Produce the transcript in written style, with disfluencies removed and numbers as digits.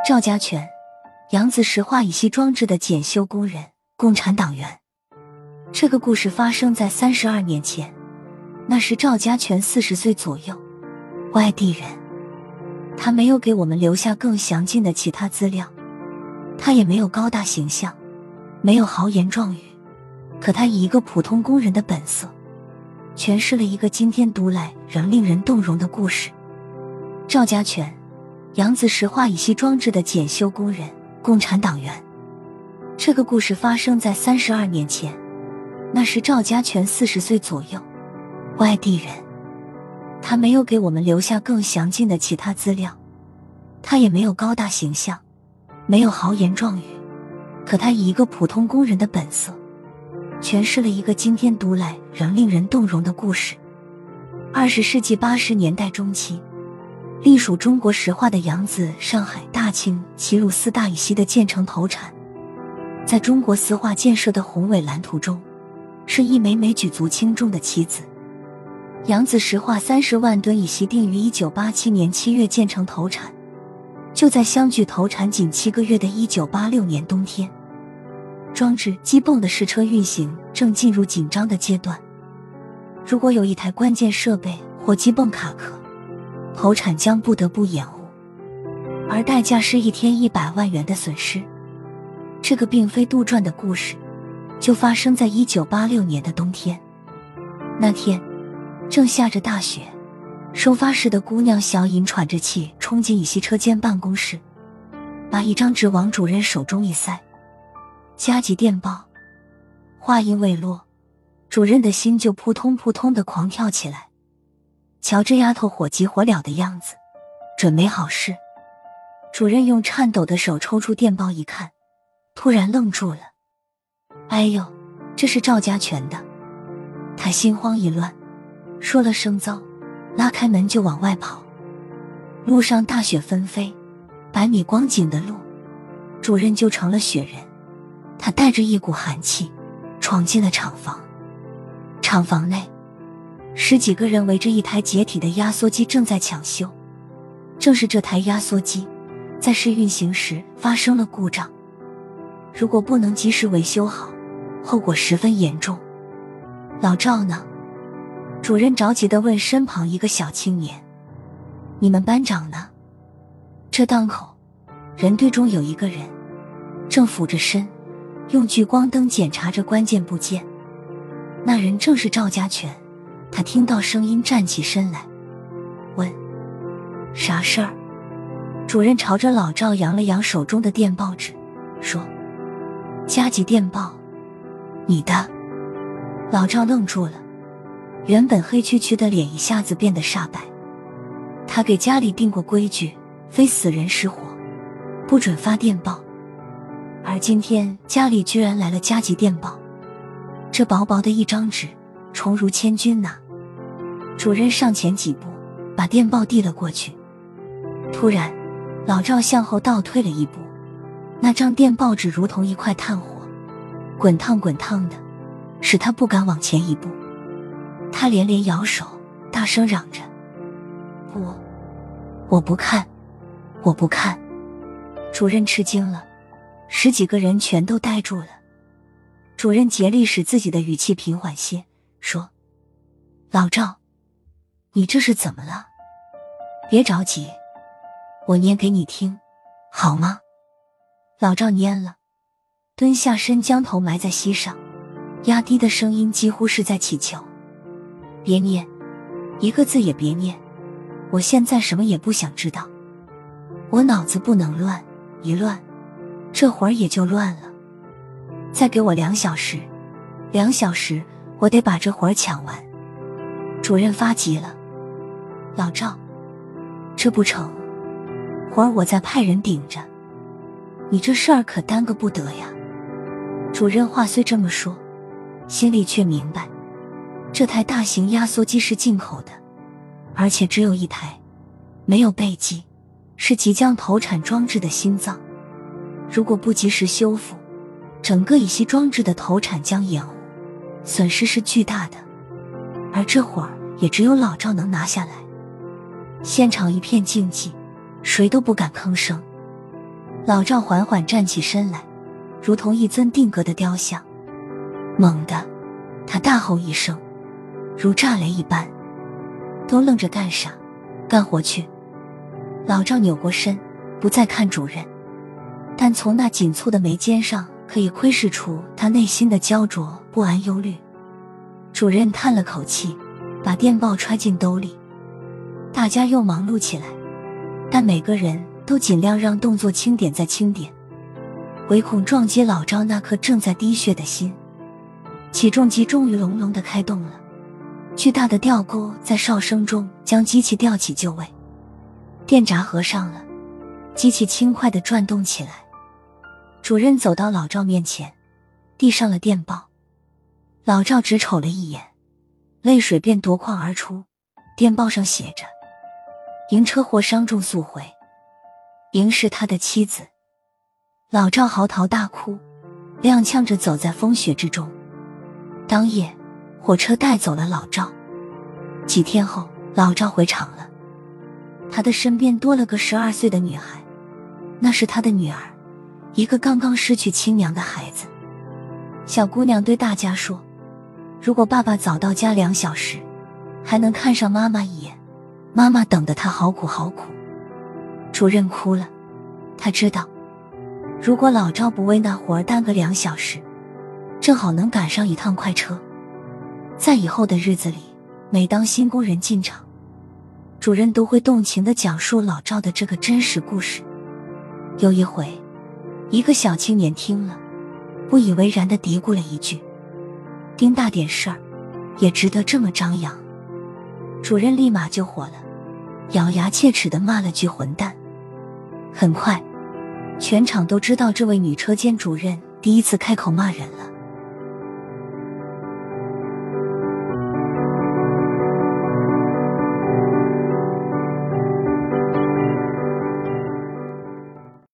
赵家全，扬子石化乙烯装置的检修工人，共产党员。这个故事发生在32年前，那时赵家全40岁左右，外地人。他没有给我们留下更详尽的其他资料，他也没有高大形象，没有豪言壮语，可他以一个普通工人的本色，诠释了一个今天读来仍令人动容的故事。赵家全，扬子石化乙烯装置的检修工人，共产党员。这个故事发生在32年前，那时赵家全40岁左右，外地人。他没有给我们留下更详尽的其他资料，他也没有高大形象，没有豪言壮语，可他以一个普通工人的本色，诠释了一个今天读来仍令人动容的故事。20世纪80年代中期，隶属中国石化的扬子、上海、大庆、齐鲁4大乙烯的建成投产，在中国丝化建设的宏伟蓝图中，是一枚枚举足轻重的棋子。扬子石化30万吨乙烯定于1987年7月建成投产，就在相距投产仅7个月的1986年冬天，装置机泵的试车运行正进入紧张的阶段。如果有一台关键设备或机泵卡壳，投产将不得不延误，而代价是1天100万元的损失。这个并非杜撰的故事，就发生在1986年的冬天。那天正下着大雪，收发室的姑娘小尹喘着气冲进乙烯车间办公室，把一张纸往主任手中一塞，加急电报。话音未落，主任的心就扑通扑通地狂跳起来。瞧这丫头火急火燎的样子，准没好事。主任用颤抖的手抽出电报一看，突然愣住了。哎呦，这是赵家全的。他心慌意乱，说了声糟，拉开门就往外跑。路上大雪纷飞，100米光景的路，主任就成了雪人。他带着一股寒气闯进了厂房。厂房内10几个人围着一台解体的压缩机正在抢修。正是这台压缩机在试运行时发生了故障，如果不能及时维修好，后果十分严重。老赵呢？主任着急地问身旁一个小青年。你们班长呢？这档口，人队中有一个人正俯着身，用聚光灯检查着关键部件。那人正是赵家全。他听到声音站起身来，问：啥事儿？主任朝着老赵扬了扬手中的电报纸，说：加急电报。你的？老赵愣住了，原本黑黢黢的脸一下子变得煞白。他给家里定过规矩，非死人失火，不准发电报。而今天家里居然来了加急电报，这薄薄的一张纸，重如千钧呐。主任上前几步，把电报递了过去。突然，老赵向后倒退了一步，那张电报纸如同一块炭火，滚烫滚烫的，使他不敢往前一步。他连连摇手，大声嚷着：不，我不看，我不看。主任吃惊了，10几个人全都呆住了。主任竭力使自己的语气平缓些，说：老赵，你这是怎么了？别着急，我念给你听，好吗？老赵念了，蹲下身将头埋在膝上，压低的声音几乎是在祈求：别念，一个字也别念，我现在什么也不想知道。我脑子不能乱，一乱，这会儿也就乱了。再给我2小时，2小时，我得把这活儿抢完。主任发急了：老赵，这不成，活儿我再派人顶着，你这事儿可耽搁不得呀。主任话虽这么说，心里却明白，这台大型压缩机是进口的，而且只有1台，没有备机，是即将投产装置的心脏。如果不及时修复，整个乙烯装置的投产将延误，损失是巨大的，而这会儿也只有老赵能拿下来。现场一片静寂，谁都不敢吭声。 老赵缓缓站起身来，如同一尊定格的雕像。猛地，他大吼一声，如炸雷一般。都愣着干啥？干活去！老赵扭过身，不再看主任，但从那紧蹙的眉间上可以窥视出他内心的焦灼、不安、忧虑。主任叹了口气，把电报揣进兜里。大家又忙碌起来，但每个人都尽量让动作轻点再轻点，唯恐撞击老赵那颗正在滴血的心。起重机终于隆隆地开动了，巨大的吊钩在哨声中将机器吊起就位，电闸合上了，机器轻快地转动起来。主任走到老赵面前，递上了电报。老赵只瞅了一眼，泪水便夺眶而出。电报上写着：因车祸伤重速回，赢是他的妻子。老赵嚎啕大哭，踉跄着走在风雪之中。当夜，火车带走了老赵。几天后，老赵回厂了，他的身边多了个12岁的女孩，那是他的女儿，一个刚刚失去亲娘的孩子。小姑娘对大家说，如果爸爸早到家2小时，还能看上妈妈一眼，妈妈等得他好苦好苦。主任哭了，他知道，如果老赵不为那活儿耽搁2小时，正好能赶上一趟快车。在以后的日子里，每当新工人进厂，主任都会动情地讲述老赵的这个真实故事。有一回，一个小青年听了，不以为然地嘀咕了一句：丁大点事儿，也值得这么张扬。主任立马就火了，咬牙切齿地骂了句混蛋。很快，全厂都知道这位女车间主任第一次开口骂人了。